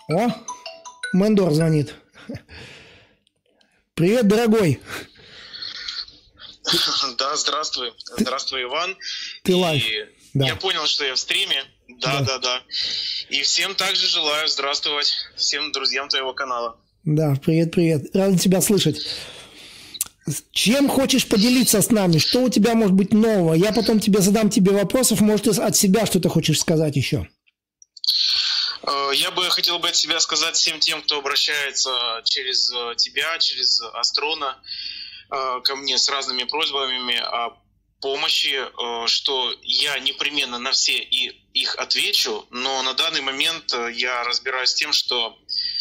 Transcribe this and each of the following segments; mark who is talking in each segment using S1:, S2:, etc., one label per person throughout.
S1: О, Мендор звонит. Привет, дорогой.
S2: Да, здравствуй. Здравствуй, Иван.
S1: Ты лайв. Да.
S2: Я понял, что я в стриме. Да. И всем также желаю здравствовать, всем друзьям твоего канала.
S1: Да, привет. Рад тебя слышать. Чем хочешь поделиться с нами? Что у тебя может быть нового? Я потом задам тебе вопросов, может, от себя что-то хочешь сказать еще.
S2: Я хотел бы от себя сказать всем тем, кто обращается через тебя, через Астрона ко мне с разными просьбами о помощи, что я непременно на все их отвечу, но на данный момент я разбираюсь с тем, что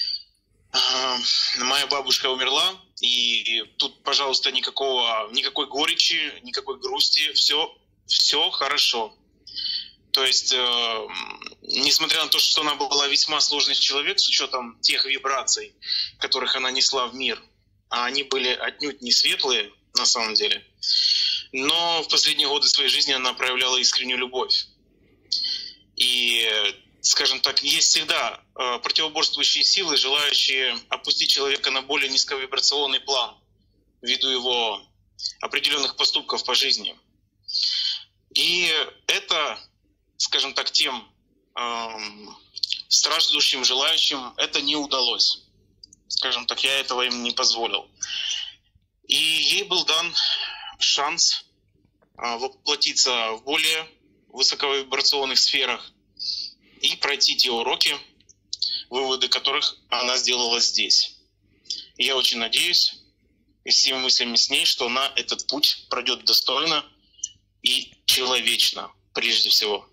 S2: моя бабушка умерла, и тут, пожалуйста, никакой горечи, никакой грусти, все хорошо. То есть, несмотря на то, что она была весьма сложный человек с учетом тех вибраций, которых она несла в мир, а они были отнюдь не светлые на самом деле, но в последние годы своей жизни она проявляла искреннюю любовь. И, скажем так, есть всегда противоборствующие силы, желающие опустить человека на более низковибрационный план ввиду его определенных поступков по жизни. И это, скажем так, тем страждущим, желающим, это не удалось. Скажем так, я этого им не позволил. И ей был дан шанс воплотиться в более высоковибрационных сферах и пройти те уроки, выводы которых она сделала здесь. И я очень надеюсь, и всеми мыслями с ней, что она этот путь пройдет достойно и человечно, прежде всего.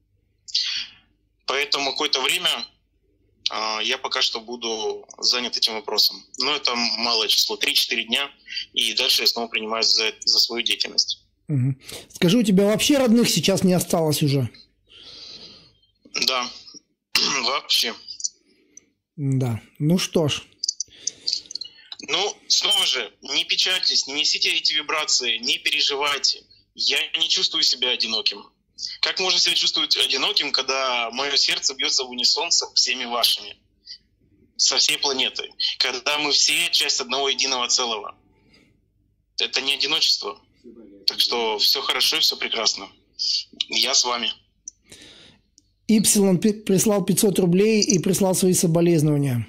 S2: Поэтому какое-то время я пока что буду занят этим вопросом. Но это малое число, 3-4 дня, и дальше я снова принимаюсь за свою деятельность.
S1: Угу. Скажи, у тебя вообще родных сейчас не осталось уже?
S2: Да, вообще.
S1: Да, ну что ж.
S2: Ну, снова же, не печальтесь, не несите эти вибрации, не переживайте. Я не чувствую себя одиноким. Как можно себя чувствовать одиноким, когда мое сердце бьется в унисон со всеми вашими, со всей планетой, когда мы все часть одного единого целого? Это не одиночество. Так что все хорошо и все прекрасно. Я с вами.
S1: Ипсилон прислал 500 рублей и прислал свои соболезнования.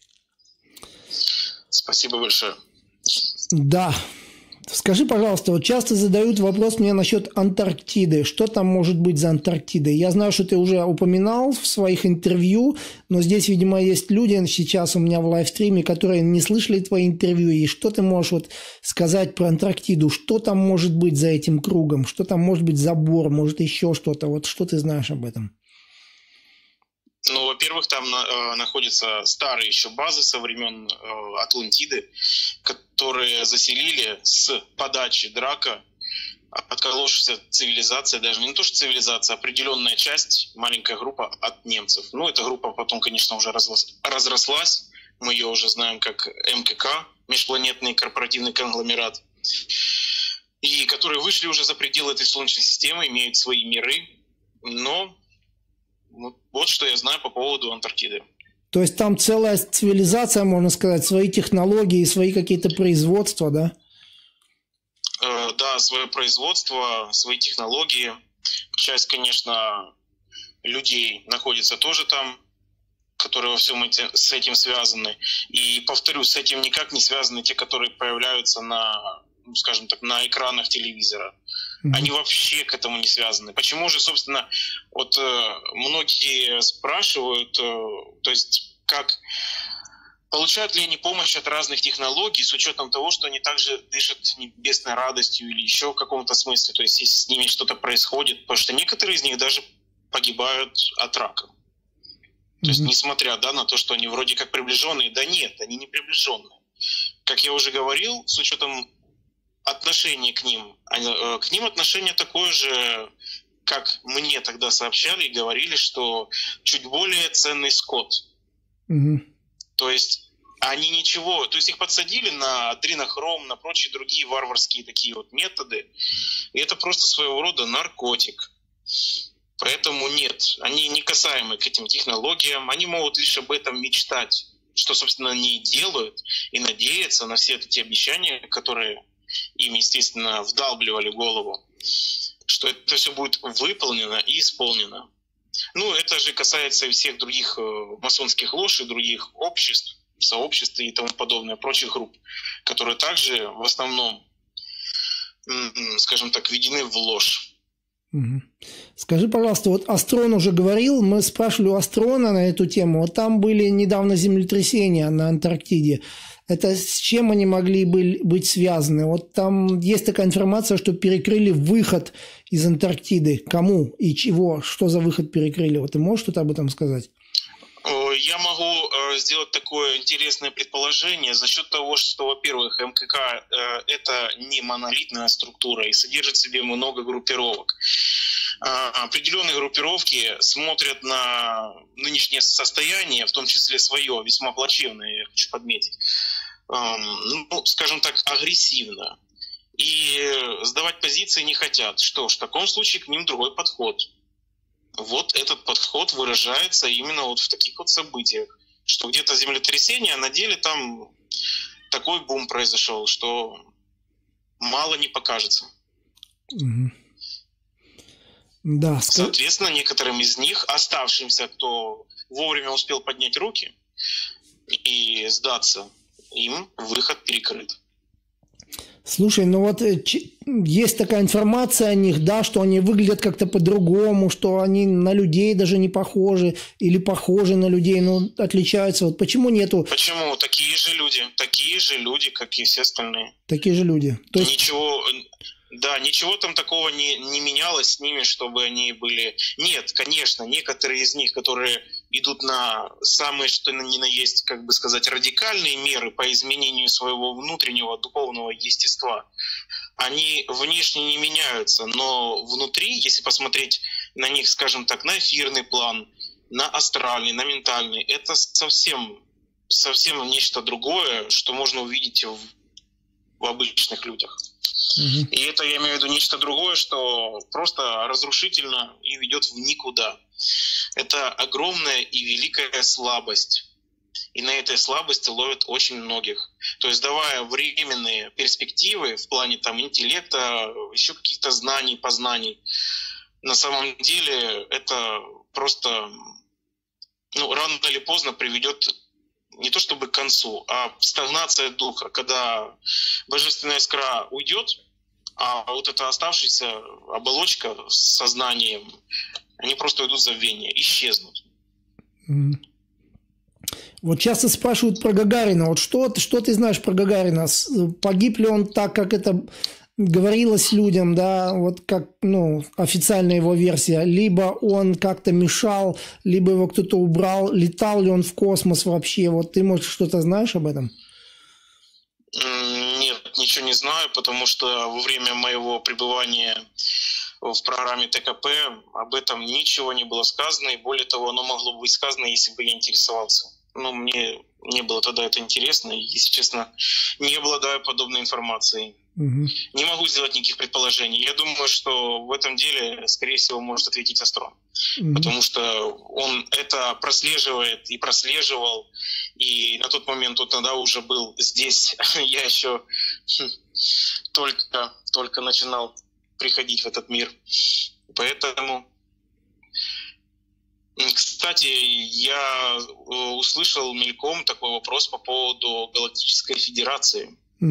S2: Спасибо большое.
S1: Да. Скажи, пожалуйста, вот часто задают вопрос мне насчет Антарктиды. Что там может быть за Антарктидой? Я знаю, что ты уже упоминал в своих интервью, но здесь, видимо, есть люди сейчас у меня в лайвстриме, которые не слышали твои интервью. И что ты можешь вот сказать про Антарктиду? Что там может быть за этим кругом? Что там может быть забор? Может еще что-то? Вот что ты знаешь об этом?
S2: Ну, во-первых, там находятся старые еще базы со времен Атлантиды, которые заселили с подачи Драка отколовшаяся цивилизация, даже не то что цивилизация, определенная часть, маленькая группа от немцев. Ну, эта группа потом, конечно, уже разрослась. Мы ее уже знаем как МКК, межпланетный корпоративный конгломерат. И которые вышли уже за пределы этой Солнечной системы, имеют свои миры, но... Вот что я знаю по поводу Антарктиды.
S1: То есть там целая цивилизация, можно сказать, свои технологии, свои какие-то производства, да?
S2: Да, свое производство, свои технологии. Часть, конечно, людей находится тоже там, которые во всем с этим связаны. И, повторюсь, с этим никак не связаны те, которые появляются скажем так, на экранах телевизора. Они вообще к этому не связаны. Почему же, собственно, вот многие спрашивают, то есть как получают ли они помощь от разных технологий с учетом того, что они также дышат небесной радостью или еще в каком-то смысле, то есть если с ними что-то происходит, потому что некоторые из них даже погибают от рака. То есть несмотря на то, что они вроде как приближенные, да нет, они не приближенные. Как я уже говорил, с учетом отношение к ним отношение такое же, как мне тогда сообщали и говорили, что чуть более ценный скот. То есть они ничего, то есть их подсадили на адренохром, на прочие другие варварские такие вот методы, и это просто своего рода наркотик. Поэтому нет, они не касаемы к этим технологиям, они могут лишь об этом мечтать, что, собственно, они и делают, и надеяться на все эти обещания, которые им, естественно, вдалбливали в голову, что это все будет выполнено и исполнено. Ну, это же касается и всех других масонских лож и других обществ, сообществ и тому подобное, прочих групп, которые также в основном, скажем так, введены в ложь.
S1: Скажи, пожалуйста, вот Астрон уже говорил, мы спрашивали у Астрона на эту тему, вот там были недавно землетрясения на Антарктиде. Это с чем они могли быть связаны? Вот там есть такая информация, что перекрыли выход из Антарктиды. Кому и чего? Что за выход перекрыли? Вот ты можешь что-то об этом сказать?
S2: Я могу сделать такое интересное предположение за счет того, что, во-первых, МКК – это не монолитная структура и содержит в себе много группировок. Определенные группировки смотрят на нынешнее состояние, в том числе свое, весьма плачевное, я хочу подметить, ну, скажем так, агрессивно. И сдавать позиции не хотят. Что ж, в таком случае к ним другой подход. Вот этот подход выражается именно вот в таких вот событиях, что где-то землетрясение, а на деле там такой бум произошел, что мало не покажется.
S1: Да.
S2: Соответственно, некоторым из них, оставшимся, кто вовремя успел поднять руки и сдаться, им выход перекрыт.
S1: Слушай, ну вот есть такая информация о них, да, что они выглядят как-то по-другому, что они на людей даже не похожи или похожи на людей, но отличаются. Вот почему нету?
S2: Почему? Такие же люди, как и все остальные.
S1: Такие же люди. То есть...
S2: Ничего там такого не менялось с ними, чтобы они были... Нет, конечно, некоторые из них, которые идут на самые, что ни на есть, как бы сказать, радикальные меры по изменению своего внутреннего духовного естества, они внешне не меняются, но внутри, если посмотреть на них, скажем так, на эфирный план, на астральный, на ментальный, это совсем нечто другое, что можно увидеть в обычных людях. И это, я имею в виду, нечто другое, что просто разрушительно и ведет в никуда. Это огромная и великая слабость. И на этой слабости ловят очень многих. То есть давая временные перспективы в плане там интеллекта, еще каких-то знаний, познаний, на самом деле это просто рано или поздно приведет не то чтобы к концу, а стагнация духа, когда божественная искра уйдет, а вот эта оставшаяся оболочка с сознанием, они просто уйдут в забвение, исчезнут.
S1: Вот часто спрашивают про Гагарина. Вот что ты знаешь про Гагарина? Погиб ли он так, как это говорилось людям, да, вот как, официальная его версия, либо он как-то мешал, либо его кто-то убрал, летал ли он в космос вообще, вот ты, может, что-то знаешь об этом?
S2: Нет, ничего не знаю, потому что во время моего пребывания в программе ТКП об этом ничего не было сказано, и более того, оно могло быть сказано, если бы я интересовался. Мне не было тогда это интересно, и, если честно, не обладаю подобной информацией. Не могу сделать никаких предположений. Я думаю, что в этом деле, скорее всего, может ответить Астрон. Потому что он это прослеживает и прослеживал. И на тот момент он тогда уже был здесь. Я еще только начинал приходить в этот мир. Поэтому... Кстати, я услышал мельком такой вопрос по поводу Галактической Федерации.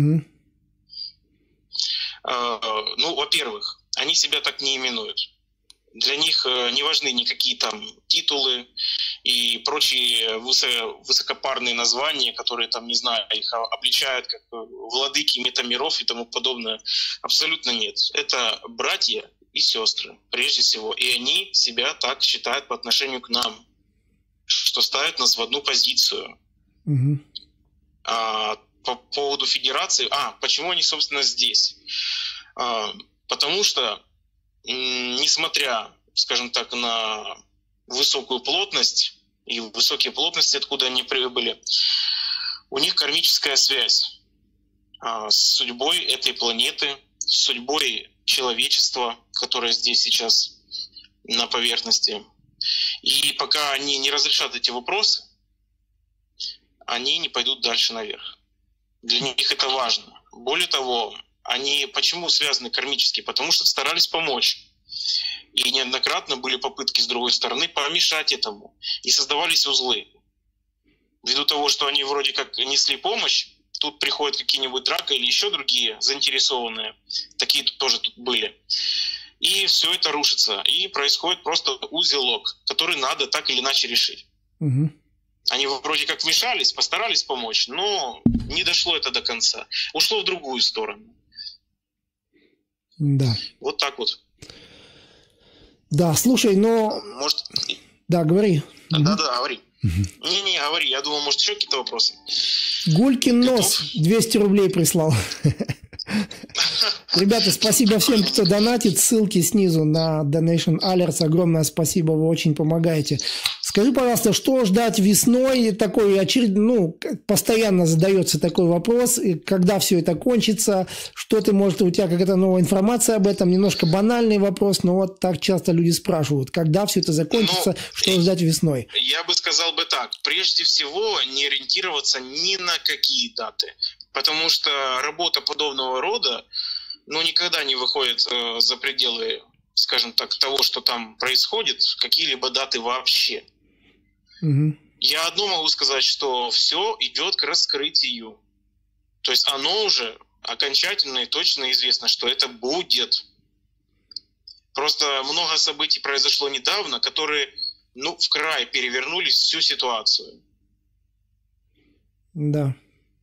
S2: Во-первых, они себя так не именуют. Для них не важны никакие там титулы и прочие высокопарные названия, которые там, не знаю, их обличают как владыки метамиров и тому подобное. Абсолютно нет. Это братья и сестры, прежде всего. И они себя так считают по отношению к нам, что ставят нас в одну позицию. По поводу федерации... почему они, собственно, здесь? Потому что, несмотря, скажем так, на высокую плотность и высокие плотности, откуда они прибыли, у них кармическая связь с судьбой этой планеты, с судьбой человечества, которое здесь сейчас на поверхности. И пока они не разрешат эти вопросы, они не пойдут дальше наверх. Для них это важно. Более того, они почему связаны кармически? Потому что старались помочь. И неоднократно были попытки с другой стороны помешать этому. И создавались узлы. Ввиду того, что они вроде как несли помощь, тут приходят какие-нибудь драка или еще другие заинтересованные. Такие тоже тут были. И все это рушится. И происходит просто узелок, который надо так или иначе решить.
S1: Угу.
S2: Они вроде как вмешались, постарались помочь, но не дошло это до конца. Ушло в другую сторону.
S1: Да.
S2: Вот так вот.
S1: Да, слушай, но...
S2: Может...
S1: Да, говори.
S2: Да, говори. Не, говори. Я думал, может, еще какие-то вопросы.
S1: Гулькин нос 200 рублей прислал. Ребята, спасибо всем, кто донатит. Ссылки снизу на Donation Alerts. Огромное спасибо, вы очень помогаете. Скажи, пожалуйста, что ждать весной? Такой постоянно задается такой вопрос. И когда все это кончится? Что ты, может, у тебя какая-то новая информация об этом? Немножко банальный вопрос, но вот так часто люди спрашивают. Когда все это закончится? Что ждать весной?
S2: Я бы сказал бы так. Прежде всего, не ориентироваться ни на какие даты. Потому что работа подобного рода, никогда не выходит за пределы, скажем так, того, что там происходит, какие-либо даты вообще.
S1: Угу.
S2: Я одно могу сказать, что все идет к раскрытию. То есть оно уже окончательно и точно известно, что это будет. Просто много событий произошло недавно, которые, в край перевернули всю ситуацию.
S1: Да.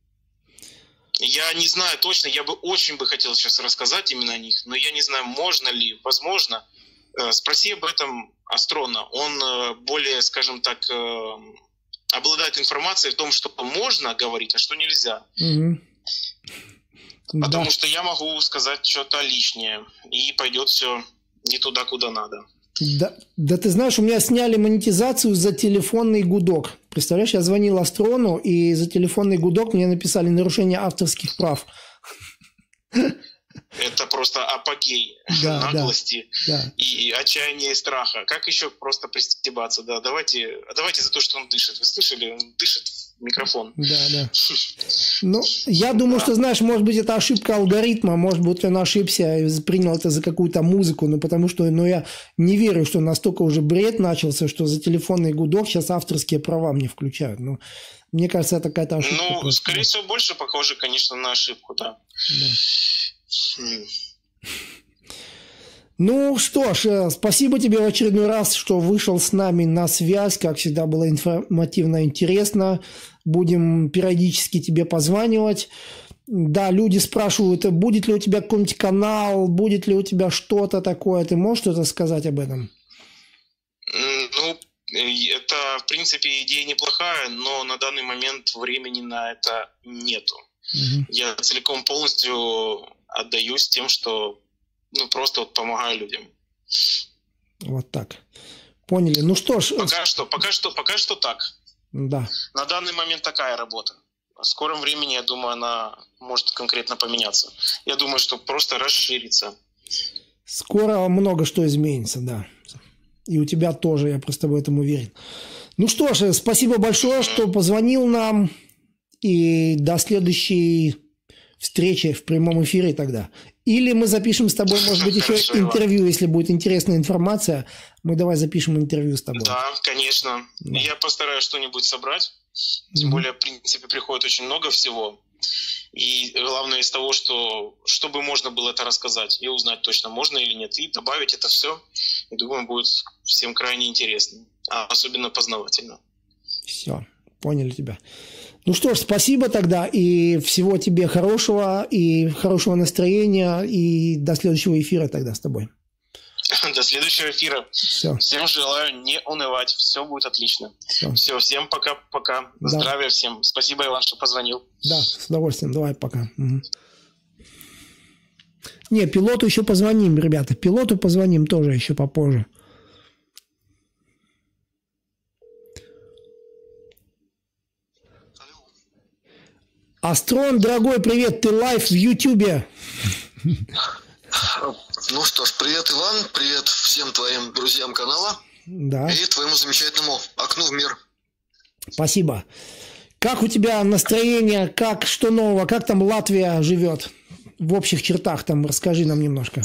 S2: Я не знаю точно, я бы очень хотел сейчас рассказать именно о них, но я не знаю, можно ли, возможно. Спроси об этом Астрона. Он более, скажем так, обладает информацией о том, что можно говорить, а что нельзя.
S1: Угу.
S2: Потому что я могу сказать что-то лишнее, и пойдет все не туда, куда надо.
S1: Да, ты знаешь, у меня сняли монетизацию за телефонный гудок. Представляешь, я звонил Астрону, и за телефонный гудок мне написали нарушение авторских прав.
S2: Это просто апогей наглости и отчаяния и страха. Как еще просто пристебаться? Да, давайте за то, что он дышит. Вы слышали? Он дышит в микрофон.
S1: Да. Я думаю, что, знаешь, может быть, это ошибка алгоритма, может быть, он ошибся и принял это за какую-то музыку, потому что, я не верю, что настолько уже бред начался, что за телефонный гудок сейчас авторские права мне включают. Мне кажется, это какая-то ошибка.
S2: Скорее всего, больше похоже, конечно, на ошибку, да.
S1: Что ж, спасибо тебе в очередной раз, что вышел с нами на связь. Как всегда, было информативно, интересно. Будем периодически тебе позванивать. Да, люди спрашивают, будет ли у тебя какой-нибудь канал, будет ли у тебя что-то такое. Ты можешь что-то сказать об этом?
S2: Это, в принципе, идея неплохая, но на данный момент времени на это нету.
S1: Угу.
S2: Я целиком полностью отдаюсь тем, что просто помогаю людям.
S1: Вот так. Поняли. Что ж.
S2: Пока что так.
S1: Да.
S2: На данный момент такая работа. В скором времени, я думаю, она может конкретно поменяться. Я думаю, что просто расширится.
S1: Скоро много что изменится, да. И у тебя тоже, я просто в этом уверен. Что ж, спасибо большое, что позвонил нам. И до следующей встречи в прямом эфире тогда. Или мы запишем с тобой, может быть, еще интервью, если будет интересная информация. Мы давай запишем интервью с тобой.
S2: Да, конечно. Да. Я постараюсь что-нибудь собрать. Тем более, в принципе, приходит очень много всего. И главное из того, чтобы можно было это рассказать и узнать точно, можно или нет. И добавить это все, я думаю, будет всем крайне интересно. А особенно познавательно.
S1: Все, поняли тебя. Что ж, спасибо тогда, и всего тебе хорошего, и хорошего настроения, и до следующего эфира тогда с тобой.
S2: До следующего эфира.
S1: Все.
S2: Всем желаю не унывать, все будет отлично. Все, всем пока-пока. Да. Здравия всем. Спасибо, Иван, что позвонил.
S1: Да, с удовольствием, давай, пока. Угу. Не, пилоту еще позвоним, ребята, пилоту позвоним тоже еще попозже. Астрон, дорогой, привет, ты лайв в Ютубе.
S3: Ну что ж, привет, Иван, привет всем твоим друзьям канала и твоему замечательному окну в мир.
S1: Спасибо. Как у тебя настроение, что нового, как там Латвия живет в общих чертах, там расскажи нам немножко.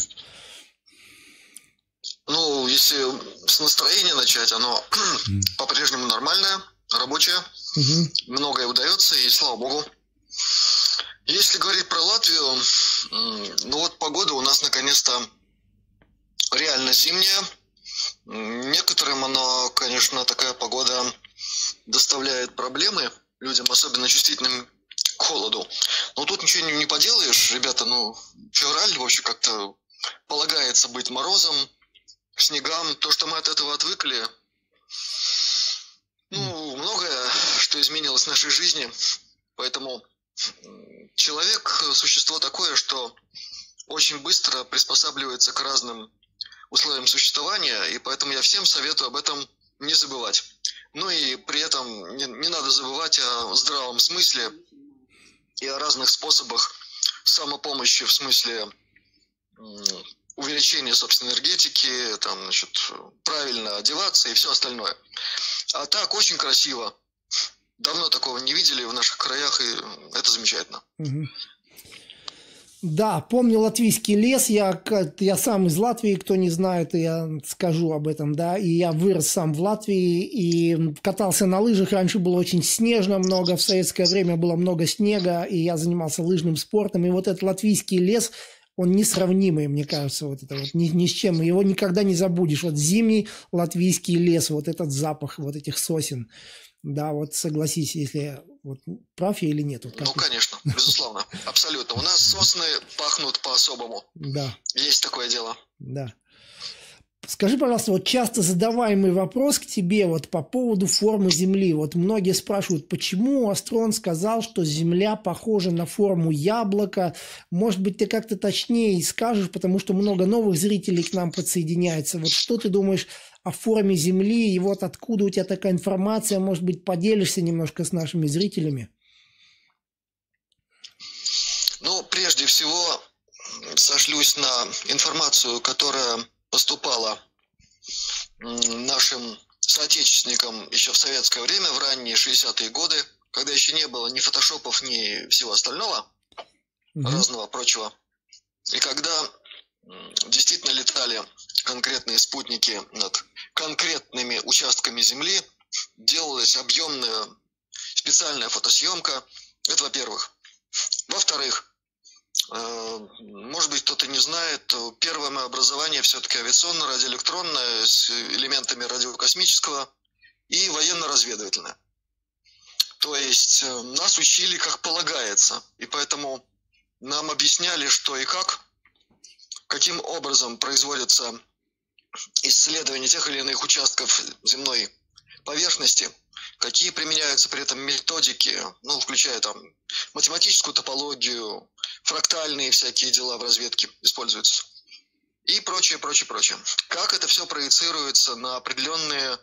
S3: Ну, если с настроения начать, оно по-прежнему нормальное, рабочее, многое удается, и слава богу. Если говорить про Латвию, ну вот погода у нас наконец-то реально зимняя. Некоторым она, конечно, такая погода доставляет проблемы людям, особенно чувствительным к холоду. Но тут ничего не поделаешь, ребята, ну, февраль вообще как-то полагается быть морозом, снегам. То, что мы от этого отвыкли, ну, многое, что изменилось в нашей жизни. Поэтому человек – существо такое, что очень быстро приспосабливается к разным условиям существования, и поэтому я всем советую об этом не забывать. Ну и при этом не надо забывать о здравом смысле и о разных способах самопомощи в смысле увеличения собственной энергетики, там, значит, правильно одеваться и все остальное. А так очень красиво. Давно такого не видели в наших краях, и это замечательно.
S1: Да, помню латвийский лес, я сам из Латвии, кто не знает, я скажу об этом, да, и я вырос сам в Латвии и катался на лыжах, раньше было очень снежно много, в советское время было много снега, и я занимался лыжным спортом, и вот этот латвийский лес, он несравнимый, мне кажется, вот это вот, ни с чем, его никогда не забудешь, вот зимний латвийский лес, вот этот запах вот этих сосен. Да, вот согласись, если вот, прав я или нет. Вот
S3: ну, конечно, безусловно, абсолютно. У нас сосны пахнут по-особому.
S1: Да.
S3: Есть такое дело.
S1: Да. Скажи, пожалуйста, вот часто задаваемый вопрос к тебе вот по поводу формы Земли. Вот многие спрашивают, почему Астрон сказал, что Земля похожа на форму яблока. Может быть, ты как-то точнее скажешь, потому что много новых зрителей к нам подсоединяется. Вот что ты думаешь о форме Земли, и вот откуда у тебя такая информация, может быть, поделишься немножко с нашими зрителями?
S3: Ну, прежде всего, сошлюсь на информацию, которая поступала нашим соотечественникам еще в советское время, в ранние 60-е годы, когда еще не было ни фотошопов, ни всего остального, разного прочего. И когда действительно летали конкретные спутники над конкретными участками Земли, делалась объемная специальная фотосъемка. Это во-первых. Во-вторых, может быть, кто-то не знает, первое мое образование все-таки авиационно-радиоэлектронное с элементами радиокосмического и военно-разведывательное. То есть нас учили как полагается, и поэтому нам объясняли, что и как, каким образом производятся исследования тех или иных участков земной поверхности, какие применяются при этом методики, ну, включая там математическую топологию, фрактальные всякие дела в разведке используются и прочее, прочее, прочее. Как это все проецируется на определенные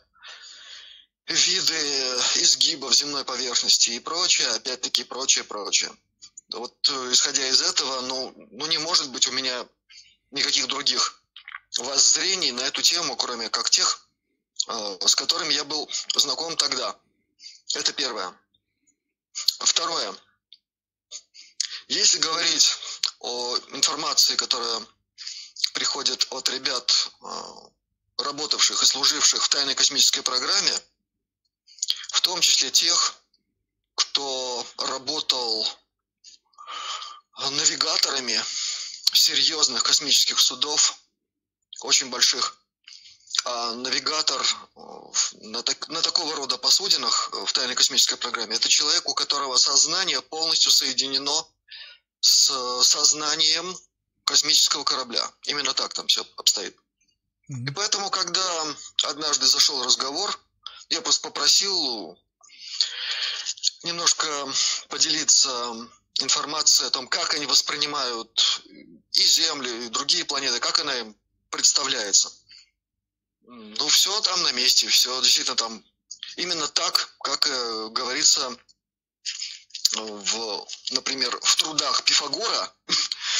S3: виды изгибов земной поверхности и прочее, опять-таки прочее, прочее. Вот исходя из этого, ну не может быть у меня никаких других воззрений на эту тему, кроме как тех, с которыми я был знаком тогда. Это первое. Второе. Если говорить о информации, которая приходит от ребят, работавших и служивших в тайной космической программе, в том числе тех, кто работал навигаторами серьезных космических судов, очень больших, а навигатор на такого рода посудинах в тайной космической программе – это человек, у которого сознание полностью соединено с сознанием космического корабля. Именно так там все обстоит. И поэтому, когда однажды зашел разговор, я просто попросил немножко поделиться информацией о том, как они воспринимают и Землю, и другие планеты, как она им представляется. Ну, все там на месте, все действительно там именно так, как говорится например, в трудах Пифагора,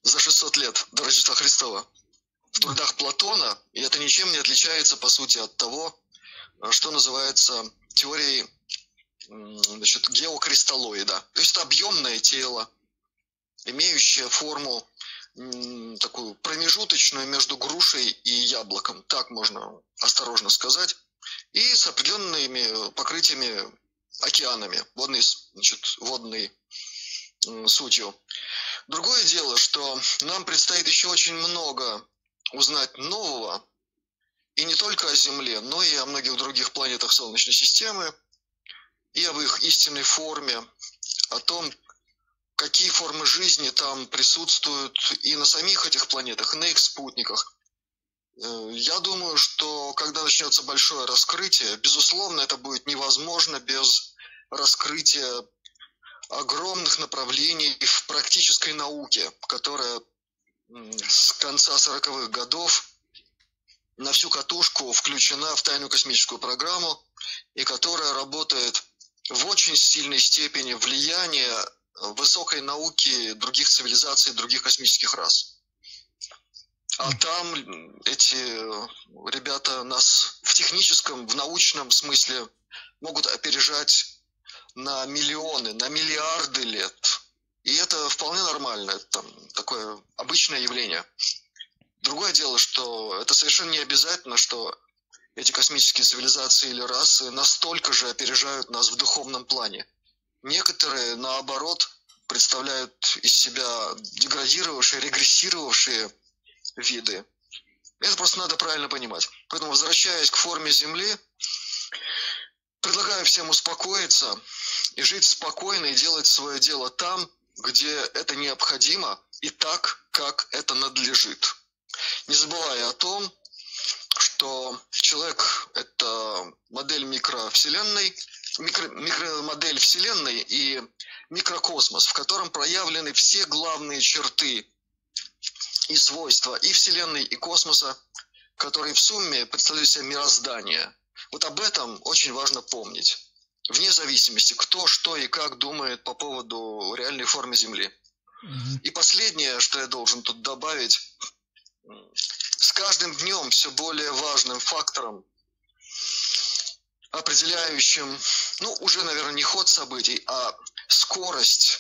S3: за 600 лет до Рождества Христова в трудах Платона, и это ничем не отличается, по сути, от того, что называется теорией, значит, геокристаллоида. То есть это объемное тело, имеющее форму такую промежуточную между грушей и яблоком, так можно осторожно сказать, и с определенными покрытиями океанами, водной сутью. Другое дело, что нам предстоит еще очень много узнать нового, и не только о Земле, но и о многих других планетах Солнечной системы, и об их истинной форме, о том, какие формы жизни там присутствуют и на самих этих планетах, и на их спутниках. Я думаю, что когда начнется большое раскрытие, безусловно, это будет невозможно без раскрытия огромных направлений в практической науке, которая с конца 40-х годов на всю катушку включена в тайную космическую программу и которая работает в очень сильной степени влияния высокой науки других цивилизаций, других космических рас. А там эти ребята нас в техническом, в научном смысле могут опережать на миллионы, на миллиарды лет. И это вполне нормально, это такое обычное явление. Другое дело, что это совершенно не обязательно, что эти космические цивилизации или расы настолько же опережают нас в духовном плане. Некоторые, наоборот, представляют из себя деградировавшие, регрессировавшие виды. Это просто надо правильно понимать. Поэтому, возвращаясь к форме Земли, предлагаю всем успокоиться и жить спокойно и делать свое дело там, где это необходимо, и так, как это надлежит. Не забывая о том, что человек – это модель микровселенной, микромодель Вселенной и микрокосмос, в котором проявлены все главные черты и свойства и Вселенной, и космоса, которые в сумме представляют себе мироздание. Вот об этом очень важно помнить, вне зависимости, кто, что и как думает по поводу реальной формы Земли. И последнее, что я должен тут добавить, с каждым днем все более важным фактором, определяющим, уже, наверное, не ход событий, а скорость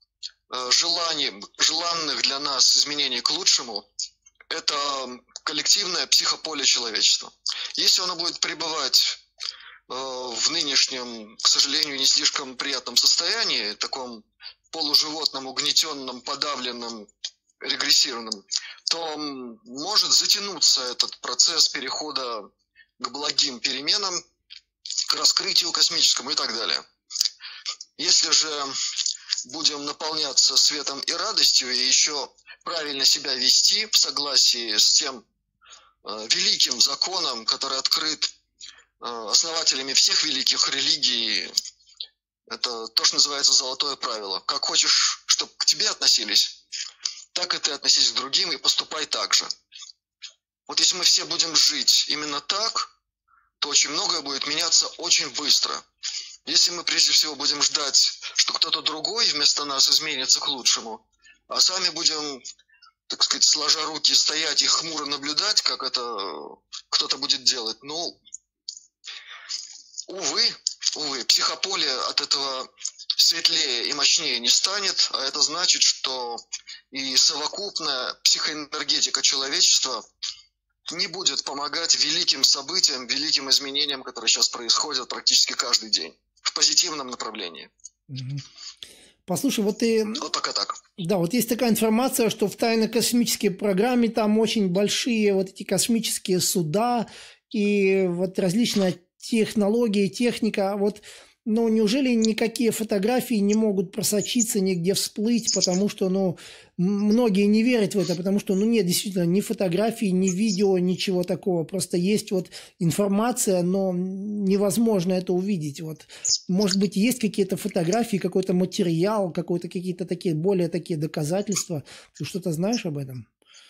S3: желанных для нас изменений к лучшему, это коллективное психополе человечества. Если оно будет пребывать в нынешнем, к сожалению, не слишком приятном состоянии, таком полуживотном, угнетенном, подавленном, регрессированном, то может затянуться этот процесс перехода к благим переменам, к раскрытию космическому и так далее. Если же будем наполняться светом и радостью и еще правильно себя вести в согласии с тем великим законом, который открыт основателями всех великих религий, это то, что называется золотое правило. Как хочешь, чтобы к тебе относились, так и ты относись к другим и поступай так же. Вот если мы все будем жить именно так, то очень многое будет меняться очень быстро. Если мы прежде всего будем ждать, что кто-то другой вместо нас изменится к лучшему, а сами будем, так сказать, сложа руки стоять и хмуро наблюдать, как это кто-то будет делать, увы, психополе от этого светлее и мощнее не станет, а это значит, что и совокупная психоэнергетика человечества не будет помогать великим событиям, великим изменениям, которые сейчас происходят практически каждый день в позитивном направлении.
S1: Послушай, вот ты...
S3: Вот пока так.
S1: Да, вот есть такая информация, что в тайно-космической программе там очень большие вот эти космические суда и вот различная технология, техника. Вот, неужели никакие фотографии не могут просочиться, нигде всплыть, потому что, многие не верят в это, потому что, нет, действительно, ни фотографий, ни видео, ничего такого. Просто есть вот информация, но невозможно это увидеть. Вот, может быть, есть какие-то фотографии, какой-то материал, какие-то такие, более такие доказательства. Ты что-то знаешь об этом?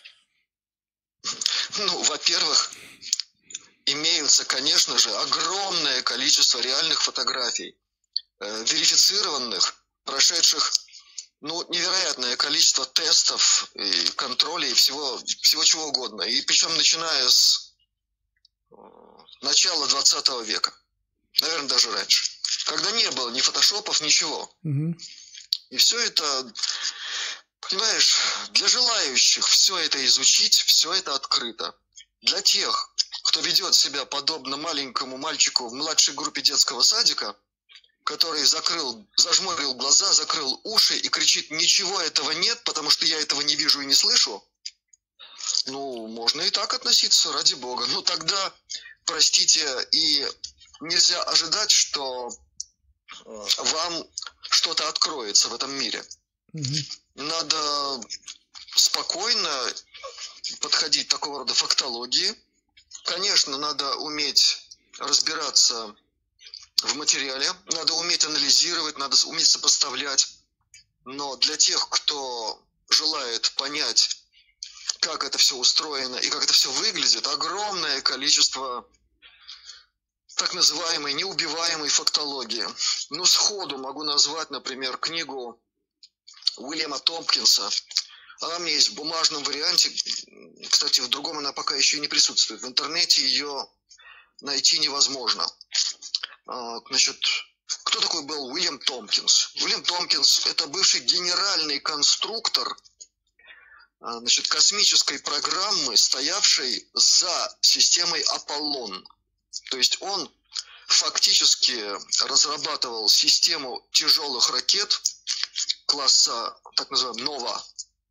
S3: Во-первых, имеются, конечно же, огромное количество реальных фотографий, верифицированных, прошедших невероятное количество тестов и контролей, и всего чего угодно. И причем начиная с начала 20 века. Наверное, даже раньше. Когда не было ни фотошопов, ничего.
S1: Угу.
S3: И все это, понимаешь, для желающих все это изучить, все это открыто. Для тех, кто ведет себя подобно маленькому мальчику в младшей группе детского садика, который зажмурил глаза, закрыл уши и кричит: ничего этого нет, потому что я этого не вижу и не слышу. Можно и так относиться, ради бога. Тогда, простите, и нельзя ожидать, что вам что-то откроется в этом мире. Надо спокойно подходить к такого рода фактологии. Конечно, надо уметь разбираться в материале, надо уметь анализировать, надо уметь сопоставлять. Но для тех, кто желает понять, как это все устроено и как это все выглядит, огромное количество так называемой неубиваемой фактологии. Сходу могу назвать, например, книгу Уильяма Томпкинса. Она у меня есть в бумажном варианте. Кстати, в другом она пока еще и не присутствует. В интернете ее найти невозможно. Кто такой был Уильям Томпкинс? Уильям Томпкинс – это бывший генеральный конструктор космической программы, стоявшей за системой Аполлон. То есть он фактически разрабатывал систему тяжелых ракет класса, так называемого, Нова,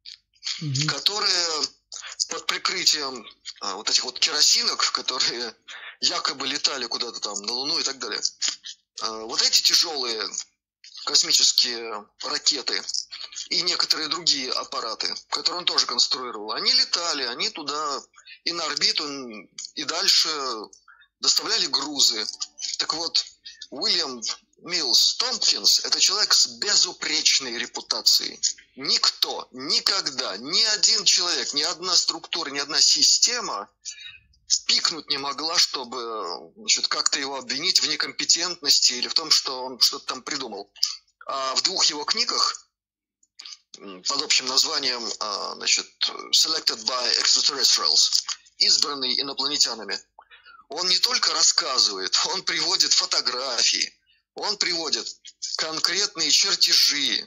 S3: которые под прикрытием вот этих вот керосинок, которые якобы летали куда-то там на Луну и так далее. Вот эти тяжелые космические ракеты и некоторые другие аппараты, которые он тоже конструировал, они летали, они туда и на орбиту, и дальше доставляли грузы. Так вот, Уильям Миллс Томпкинс – это человек с безупречной репутацией. Никто, никогда, ни один человек, ни одна структура, ни одна система пикнуть не могла, чтобы как-то его обвинить в некомпетентности или в том, что он что-то там придумал. А в двух его книгах под общим названием Selected by Extraterrestrials, избранный инопланетянами, он не только рассказывает, он приводит фотографии, он приводит конкретные чертежи,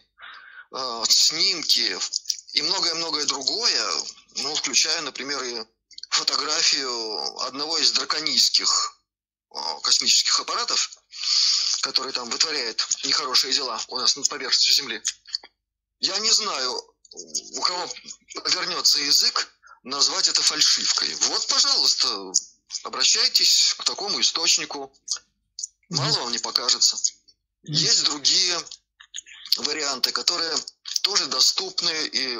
S3: снимки и многое-многое другое, включая, например, и фотографию одного из драконийских космических аппаратов, который там вытворяет нехорошие дела у нас над поверхностью Земли. Я не знаю, у кого вернется язык назвать это фальшивкой. Вот, пожалуйста, обращайтесь к такому источнику. Мало вам не покажется. Есть другие варианты, которые тоже доступны, и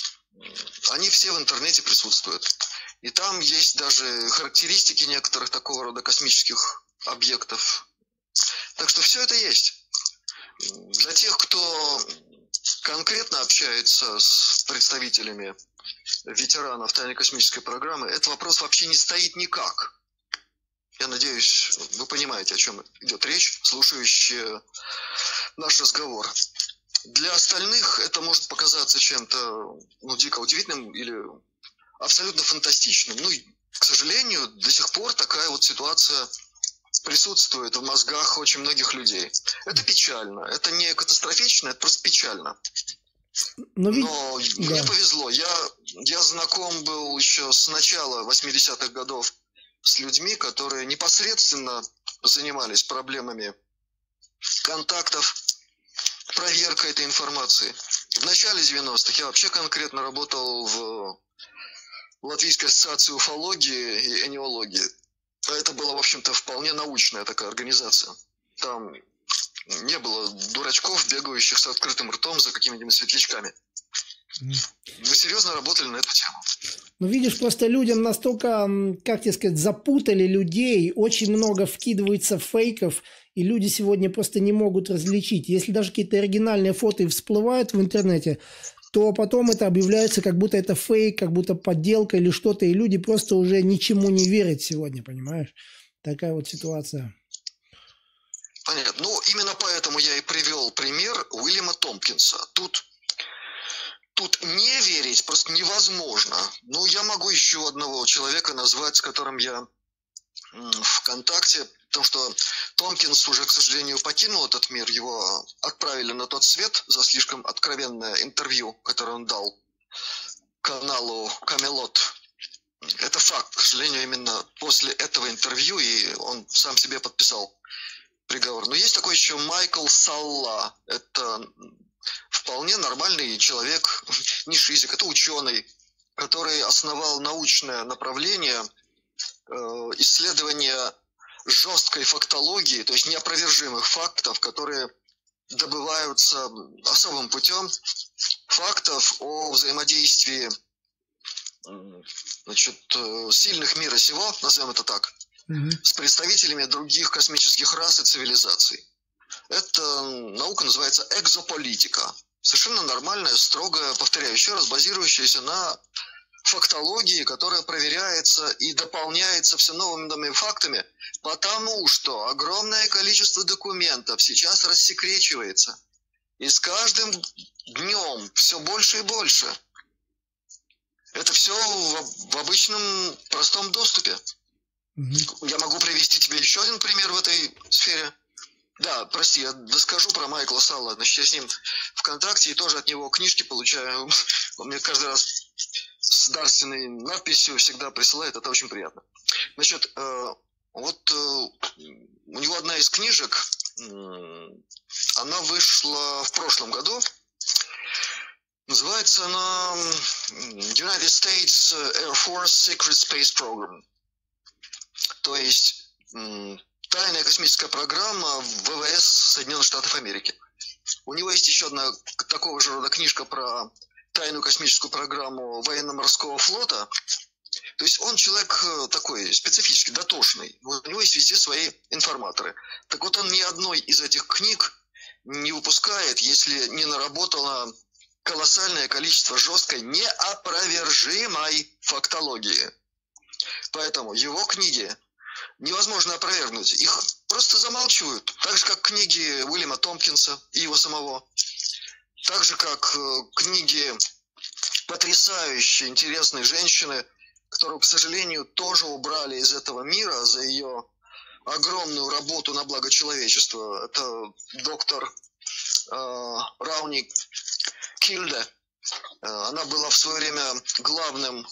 S3: они все в интернете присутствуют. И там есть даже характеристики некоторых такого рода космических объектов. Так что все это есть. Для тех, кто конкретно общается с представителями ветеранов тайной космической программы, этот вопрос вообще не стоит никак. Я надеюсь, вы понимаете, о чем идет речь, слушающие наш разговор. Для остальных это может показаться чем-то дико удивительным или абсолютно фантастичным. К сожалению, до сих пор такая вот ситуация присутствует в мозгах очень многих людей. Это печально. Это не катастрофично, это просто печально. Но мне повезло. Я знаком был еще с начала 80-х годов с людьми, которые непосредственно занимались проблемами контактов, проверкой этой информации. В начале 90-х я вообще конкретно работал в Латвийской ассоциации уфологии и энеологии. Это была, в общем-то, вполне научная такая организация. Там не было дурачков, бегающих с открытым ртом за какими-нибудь светлячками. Мы серьезно работали на эту тему.
S1: Видишь, просто людям настолько, как тебе сказать, запутали людей, очень много вкидывается фейков, и люди сегодня просто не могут различить. Если даже какие-то оригинальные фото всплывают в интернете, то потом это объявляется, как будто это фейк, как будто подделка или что-то, и люди просто уже ничему не верят сегодня, понимаешь? Такая вот ситуация.
S3: Понятно. Именно поэтому я и привел пример Уильяма Томпкинса. Тут тут не верить просто невозможно. Ну, я могу еще одного человека назвать, с которым я в контакте, потому что Томпкинс уже, к сожалению, покинул этот мир. Его отправили на тот свет за слишком откровенное интервью, которое он дал каналу Камелот. Это факт, к сожалению, именно после этого интервью, и он сам себе подписал приговор. Но есть такой еще Майкл Салла. Это вполне нормальный человек, не шизик, это ученый, который основал научное направление исследования жесткой фактологии, то есть неопровержимых фактов, которые добываются особым путем, фактов о взаимодействии, значит, сильных мира сего, назовем это так, с представителями других космических рас и цивилизаций. Эта наука называется экзополитика. Совершенно нормальная, строгая, повторяю еще раз, базирующаяся на фактологии, которая проверяется и дополняется все новыми фактами, потому что огромное количество документов сейчас рассекречивается. И с каждым днем все больше и больше. Это все в обычном простом доступе. Я могу привести тебе еще один пример в этой сфере. Да, прости, я доскажу про Майкла Салла. Значит, я с ним ВКонтакте и тоже от него книжки получаю. Он мне каждый раз с дарственной надписью всегда присылает. Это очень приятно. Значит, вот у него одна из книжек, она вышла в прошлом году. Называется она United States Air Force Secret Space Program. То есть тайная космическая программа ВВС Соединенных Штатов Америки. У него есть еще одна такого же рода книжка про тайную космическую программу военно-морского флота. То есть он человек такой специфический, дотошный. У него есть везде свои информаторы. Так вот он ни одной из этих книг не выпускает, если не наработало колоссальное количество жесткой, неопровержимой фактологии. Поэтому его книги невозможно опровергнуть. Их просто замалчивают. Так же, как книги Уильяма Томпкинса и его самого. Так же, как книги потрясающей, интересной женщины, которую, к сожалению, тоже убрали из этого мира за ее огромную работу на благо человечества. Это доктор Рауни Кильде. Она была в свое время главным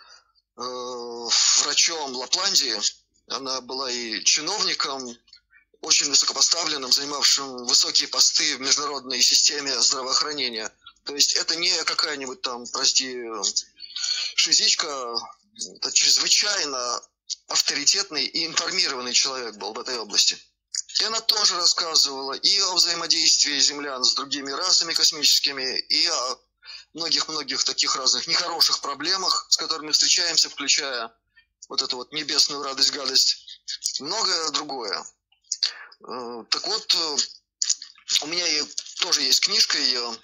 S3: врачом Лапландии. Она была и чиновником, очень высокопоставленным, занимавшим высокие посты в международной системе здравоохранения. То есть это не какая-нибудь там, прости, шизичка, это чрезвычайно авторитетный и информированный человек был в этой области. И она тоже рассказывала и о взаимодействии землян с другими расами космическими, и о многих-многих таких разных нехороших проблемах, с которыми встречаемся, включая вот эту вот небесную радость, гадость, многое другое. Так вот, у меня тоже есть книжка ее,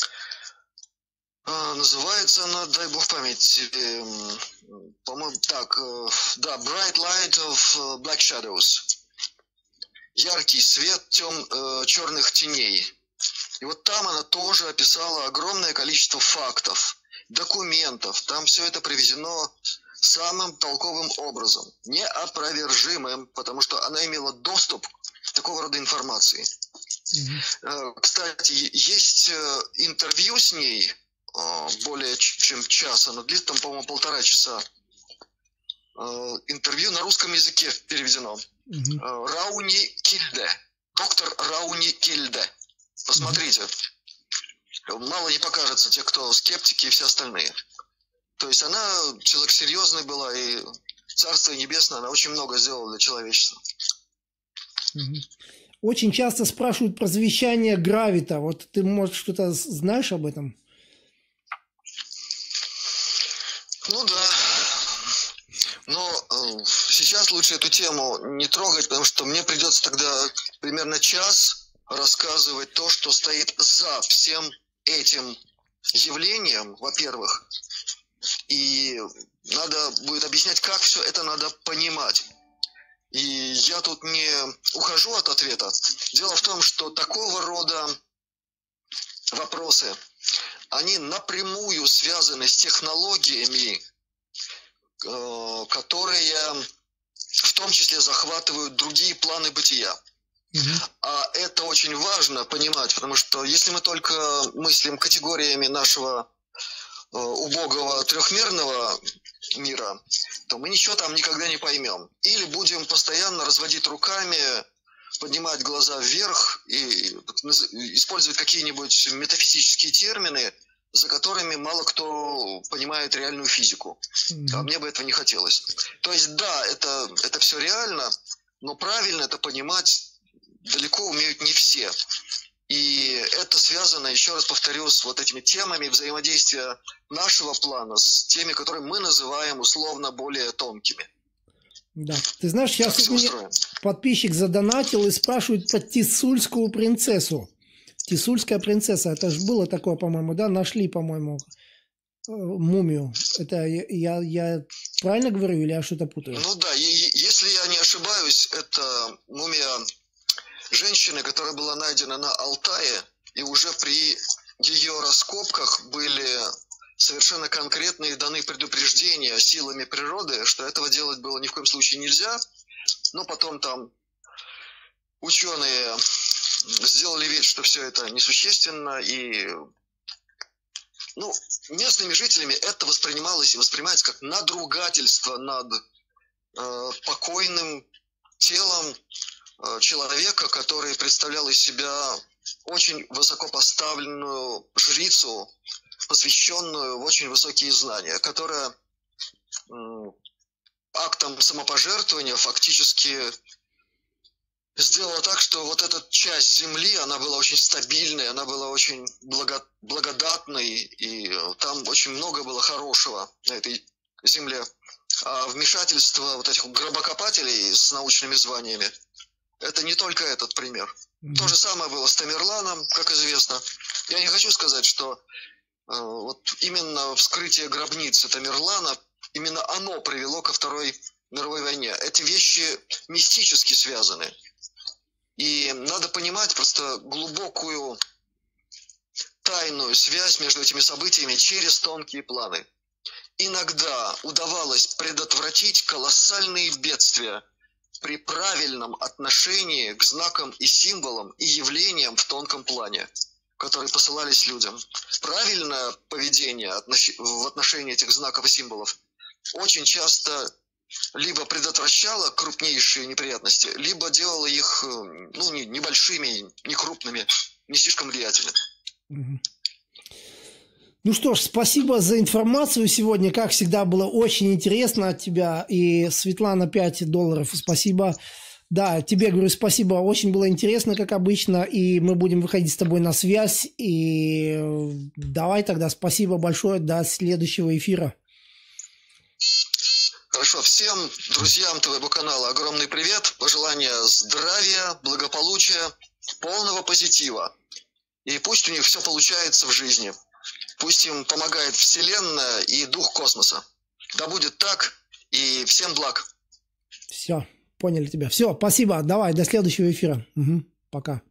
S3: называется она, дай бог память, по-моему, так, да, Bright Light of Black Shadows. Яркий свет черных теней. И вот там она тоже описала огромное количество фактов, документов. Там все это приведено самым толковым образом, неопровержимым, потому что она имела доступ к такого рода информации. Кстати, есть интервью с ней, более чем час, оно длится, там, по-моему, 1,5 часа. Интервью на русском языке переведено. Рауни Кильде. Доктор Рауни Кильде. Посмотрите. Мало не покажется те, кто скептики и все остальные. То есть она человек серьезный была, и Царство Небесное, она очень много сделала для человечества.
S1: Очень часто спрашивают про завещание Гравита. Вот ты, может, что-то знаешь об этом?
S3: Ну да. Но сейчас лучше эту тему не трогать, потому что мне придется тогда примерно час рассказывать то, что стоит за всем этим явлением, во-первых. И надо будет объяснять, как все это надо понимать. И я тут не ухожу от ответа. Дело в том, что такого рода вопросы, они напрямую связаны с технологиями, которые в том числе захватывают другие планы бытия. А это очень важно понимать, потому что если мы только мыслим категориями нашего убогого трехмерного мира, то мы ничего там никогда не поймем. Или будем постоянно разводить руками, поднимать глаза вверх и использовать какие-нибудь метафизические термины, за которыми мало кто понимает реальную физику. А мне бы этого не хотелось. То есть, да, это все реально, но правильно это понимать далеко умеют не все. И это связано, еще раз повторю, с вот этими темами взаимодействия нашего плана с теми, которые мы называем условно более тонкими.
S1: Да. Ты знаешь, сейчас мне подписчик задонатил и спрашивает про Тисульскую принцессу. Тисульская принцесса, это же было такое, по-моему, да? Нашли, по-моему, мумию. Это я правильно говорю или я что-то путаю?
S3: Ну да, если я не ошибаюсь, это мумия женщины, которая была найдена на Алтае, и уже при ее раскопках были совершенно конкретные даны предупреждения силами природы, что этого делать было ни в коем случае нельзя, но потом там ученые сделали вид, что все это несущественно, и местными жителями это воспринималось и воспринимается как надругательство над покойным телом человека, который представлял из себя очень высокопоставленную жрицу, посвященную в очень высокие знания, которая актом самопожертвования фактически сделала так, что вот эта часть земли, она была очень стабильной, она была очень благодатной, и там очень много было хорошего на этой земле. А вмешательство вот этих гробокопателей с научными званиями — это не только этот пример. То же самое было с Тамерланом, как известно. Я не хочу сказать, что вот именно вскрытие гробницы Тамерлана, именно оно привело ко Второй мировой войне. Эти вещи мистически связаны. И надо понимать просто глубокую тайную связь между этими событиями через тонкие планы. Иногда удавалось предотвратить колоссальные бедствия при правильном отношении к знакам и символам и явлениям в тонком плане, которые посылались людям. Правильное поведение в отношении этих знаков и символов очень часто либо предотвращало крупнейшие неприятности, либо делало их небольшими, не крупными, не слишком влиятельными.
S1: Ну что ж, спасибо за информацию сегодня. Как всегда, было очень интересно от тебя. И Светлана, $5. Спасибо. Да, тебе говорю спасибо. Очень было интересно, как обычно. И мы будем выходить с тобой на связь. И давай тогда спасибо большое. До следующего эфира.
S3: Хорошо. Всем друзьям твоего канала огромный привет. Пожелания здравия, благополучия, полного позитива. И пусть у них все получается в жизни. Пусть им помогает Вселенная и дух космоса. Да будет так, и всем благ.
S1: Все, поняли тебя. Все, спасибо. Давай, до следующего эфира. Пока.